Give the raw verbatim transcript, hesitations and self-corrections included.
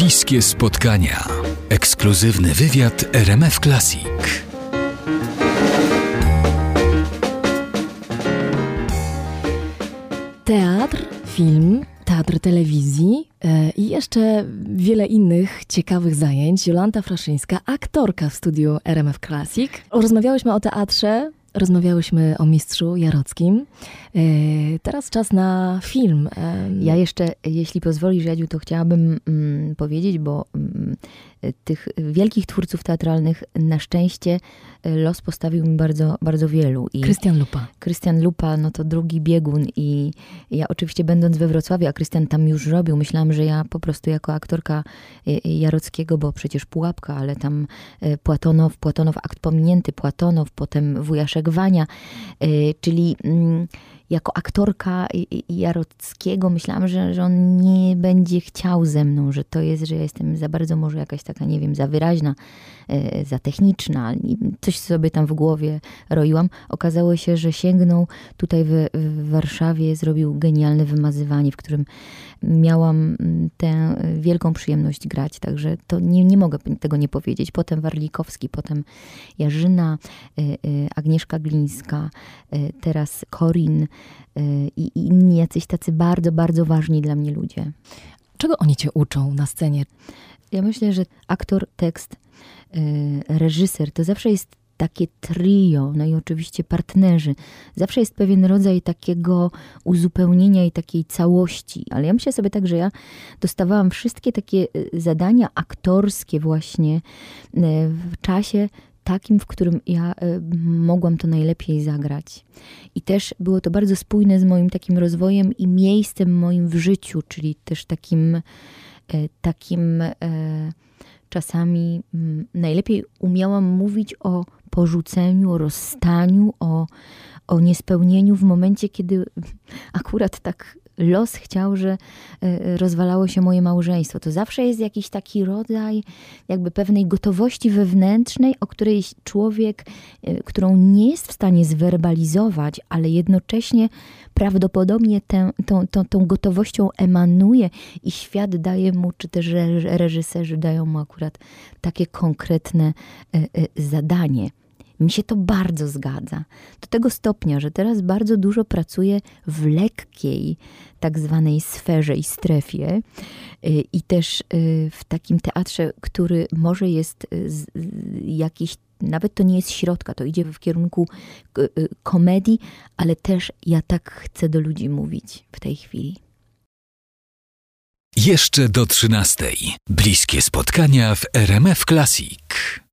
Bliskie spotkania. Ekskluzywny wywiad R M F Classic. Teatr, film, teatr telewizji yy, i jeszcze wiele innych ciekawych zajęć. Jolanta Fraszyńska, aktorka w studiu R M F Classic. Rozmawiałyśmy o teatrze, rozmawiałyśmy o mistrzu Jarockim. Yy, teraz czas na film. Yy. Ja jeszcze, jeśli pozwolisz, Jadziu, to chciałabym mm, powiedzieć, bo mm, tych wielkich twórców teatralnych na szczęście los postawił mi bardzo, bardzo wielu. I Krystian Lupa. Krystian Lupa, no to drugi biegun i ja oczywiście będąc we Wrocławiu, a Krystian tam już robił, myślałam, że ja po prostu jako aktorka Jarockiego, bo przecież Pułapka, ale tam Płatonow, Płatonow akt pominięty, Płatonow, potem Wujaszek Wania, czyli jako aktorka Jarockiego myślałam, że, że on nie będzie chciał ze mną, że to jest, że ja jestem za bardzo może jakaś taka, nie wiem, za wyraźna, za techniczna. Coś sobie tam w głowie roiłam. Okazało się, że sięgnął tutaj w, w Warszawie, zrobił genialne wymazywanie, w którym miałam tę wielką przyjemność grać. Także to nie, nie mogę tego nie powiedzieć. Potem Warlikowski, potem Jarzyna, Agnieszka Glińska, teraz Korin i inni jacyś tacy bardzo, bardzo ważni dla mnie ludzie. Czego oni cię uczą na scenie? Ja myślę, że aktor, tekst, reżyser to zawsze jest takie trio, no i oczywiście partnerzy. Zawsze jest pewien rodzaj takiego uzupełnienia i takiej całości. Ale ja myślę sobie tak, że ja dostawałam wszystkie takie zadania aktorskie właśnie w czasie takim, w którym ja mogłam to najlepiej zagrać. I też było to bardzo spójne z moim takim rozwojem i miejscem moim w życiu, czyli też takim takim czasami najlepiej umiałam mówić o porzuceniu, o rozstaniu, o, o niespełnieniu w momencie, kiedy akurat tak los chciał, że rozwalało się moje małżeństwo. To zawsze jest jakiś taki rodzaj jakby pewnej gotowości wewnętrznej, o której człowiek, którą nie jest w stanie zwerbalizować, ale jednocześnie prawdopodobnie tę, tą, tą, tą gotowością emanuje i świat daje mu, czy też reżyserzy dają mu akurat takie konkretne zadanie. Mi się to bardzo zgadza. Do tego stopnia, że teraz bardzo dużo pracuję w lekkiej tak zwanej sferze i strefie i też w takim teatrze, który może jest jakiś, nawet to nie jest środka, to idzie w kierunku komedii, ale też ja tak chcę do ludzi mówić w tej chwili. Jeszcze do trzynastej. Bliskie spotkania w R M F Classic.